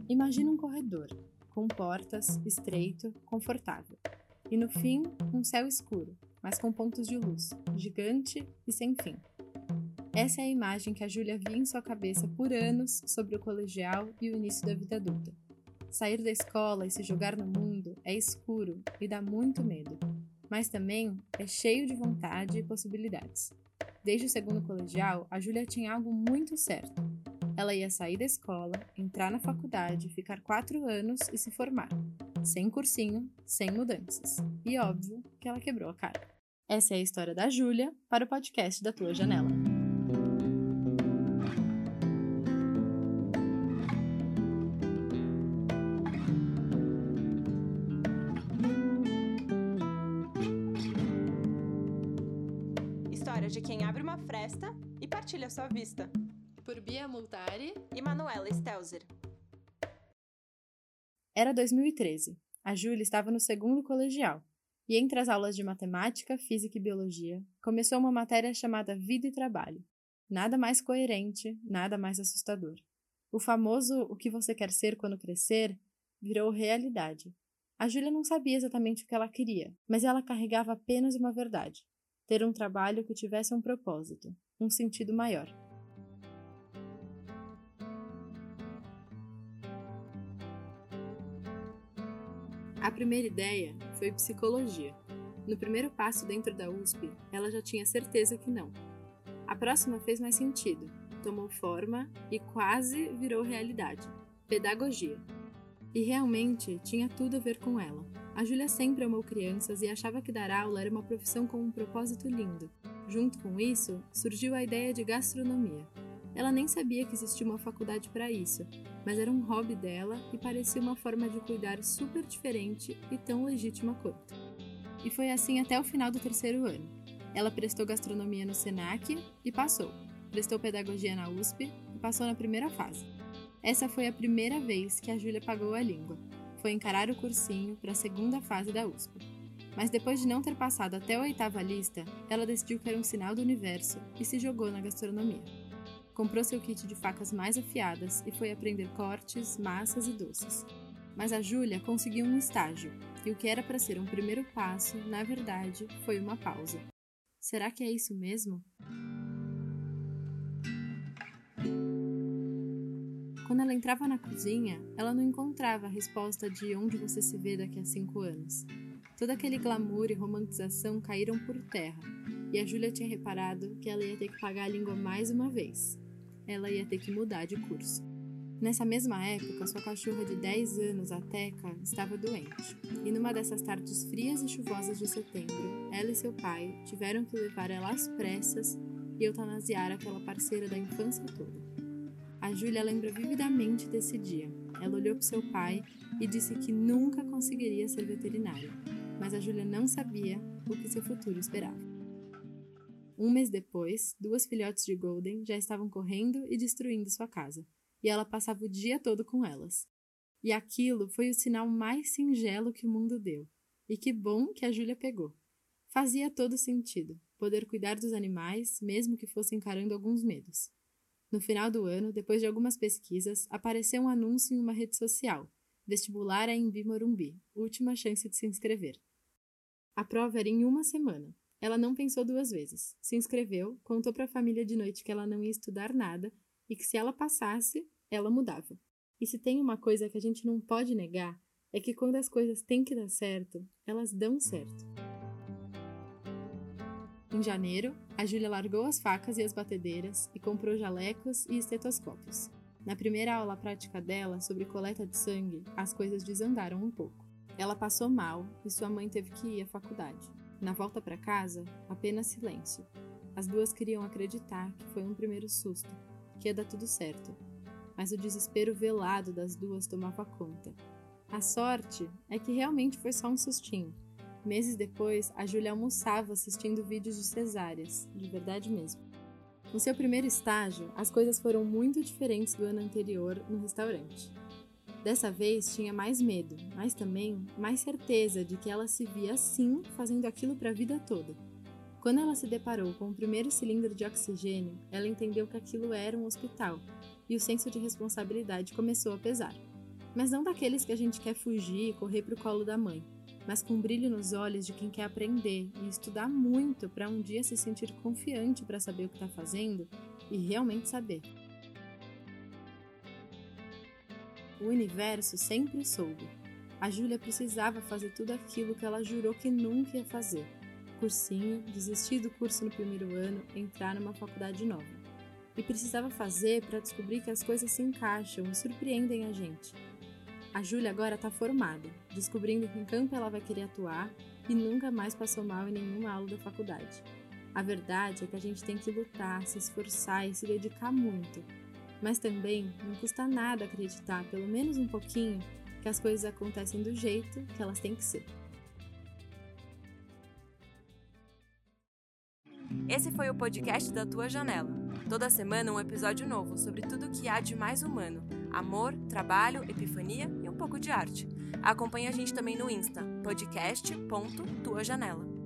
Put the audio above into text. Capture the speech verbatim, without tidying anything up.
Imagina um corredor, com portas, estreito, confortável. E no fim, um céu escuro, mas com pontos de luz, gigante e sem fim. Essa é a imagem que a Júlia via em sua cabeça por anos sobre o colegial e o início da vida adulta. Sair da escola e se jogar no mundo é escuro e dá muito medo, mas também é cheio de vontade e possibilidades. Desde o segundo colegial, a Júlia tinha algo muito certo. Ela ia sair da escola, entrar na faculdade, ficar quatro anos e se formar. Sem cursinho, sem mudanças. E óbvio que ela quebrou a cara. Essa é a história da Júlia para o podcast da Tua Janela. História de quem abre uma fresta e partilha sua vista. Por Bia Multari e Manuela Stelzer. Era dois mil e treze. A Júlia estava no segundo colegial. E entre as aulas de matemática, física e biologia, começou uma matéria chamada Vida e Trabalho. Nada mais coerente, nada mais assustador. O famoso "o que você quer ser quando crescer" virou realidade. A Júlia não sabia exatamente o que ela queria, mas ela carregava apenas uma verdade: ter um trabalho que tivesse um propósito, um sentido maior. A primeira ideia foi psicologia. No primeiro passo dentro da U S P, ela já tinha certeza que não. A próxima fez mais sentido, tomou forma e quase virou realidade: pedagogia. E realmente tinha tudo a ver com ela. A Júlia sempre amou crianças e achava que dar aula era uma profissão com um propósito lindo. Junto com isso, surgiu a ideia de gastronomia. Ela nem sabia que existia uma faculdade para isso, mas era um hobby dela e parecia uma forma de cuidar super diferente e tão legítima quanto. E foi assim até o final do terceiro ano. Ela prestou gastronomia no Senac e passou. Prestou pedagogia na U S P e passou na primeira fase. Essa foi a primeira vez que a Júlia pagou a língua. Foi encarar o cursinho para a segunda fase da U S P. Mas depois de não ter passado até a oitava lista, ela decidiu que era um sinal do universo e se jogou na gastronomia. Comprou seu kit de facas mais afiadas e foi aprender cortes, massas e doces. Mas a Júlia conseguiu um estágio, e o que era para ser um primeiro passo, na verdade, foi uma pausa. Será que é isso mesmo? Quando ela entrava na cozinha, ela não encontrava a resposta de onde você se vê daqui a cinco anos. Todo aquele glamour e romantização caíram por terra, e a Júlia tinha reparado que ela ia ter que pagar a língua mais uma vez. Ela ia ter que mudar de curso. Nessa mesma época, sua cachorra de dez anos, a Teca, estava doente. E numa dessas tardes frias e chuvosas de setembro, ela e seu pai tiveram que levar ela às pressas e eutanasiar aquela parceira da infância toda. A Júlia lembra vividamente desse dia. Ela olhou para seu pai e disse que nunca conseguiria ser veterinária. Mas a Júlia não sabia o que seu futuro esperava. Um mês depois, duas filhotes de Golden já estavam correndo e destruindo sua casa, e ela passava o dia todo com elas. E aquilo foi o sinal mais singelo que o mundo deu. E que bom que a Júlia pegou. Fazia todo sentido, poder cuidar dos animais, mesmo que fosse encarando alguns medos. No final do ano, depois de algumas pesquisas, apareceu um anúncio em uma rede social: Vestibular Anhembi Morumbi, última chance de se inscrever. A prova era em uma semana. Ela não pensou duas vezes. Se inscreveu, contou para a família de noite que ela não ia estudar nada e que se ela passasse, ela mudava. E se tem uma coisa que a gente não pode negar, é que quando as coisas têm que dar certo, elas dão certo. Em janeiro, a Júlia largou as facas e as batedeiras e comprou jalecos e estetoscópios. Na primeira aula prática dela sobre coleta de sangue, as coisas desandaram um pouco. Ela passou mal e sua mãe teve que ir à faculdade. Na volta para casa, apenas silêncio. As duas queriam acreditar que foi um primeiro susto, que ia dar tudo certo. Mas o desespero velado das duas tomava conta. A sorte é que realmente foi só um sustinho. Meses depois, a Júlia almoçava assistindo vídeos de cesáreas, de verdade mesmo. No seu primeiro estágio, as coisas foram muito diferentes do ano anterior no restaurante. Dessa vez tinha mais medo, mas também mais certeza de que ela se via assim fazendo aquilo para a vida toda. Quando ela se deparou com o primeiro cilindro de oxigênio, ela entendeu que aquilo era um hospital, e o senso de responsabilidade começou a pesar. Mas não daqueles que a gente quer fugir e correr pro colo da mãe, mas com brilho nos olhos de quem quer aprender e estudar muito para um dia se sentir confiante para saber o que está fazendo e realmente saber. O universo sempre soube. A Júlia precisava fazer tudo aquilo que ela jurou que nunca ia fazer. Cursinho, desistir do curso no primeiro ano, entrar numa faculdade nova. E precisava fazer para descobrir que as coisas se encaixam e surpreendem a gente. A Júlia agora está formada, descobrindo em que campo ela vai querer atuar e nunca mais passou mal em nenhuma aula da faculdade. A verdade é que a gente tem que lutar, se esforçar e se dedicar muito. Mas também não custa nada acreditar, pelo menos um pouquinho, que as coisas acontecem do jeito que elas têm que ser. Esse foi o podcast da Tua Janela. Toda semana um episódio novo sobre tudo o que há de mais humano. Amor, trabalho, epifania e um pouco de arte. Acompanhe a gente também no Insta, podcast ponto tua janela.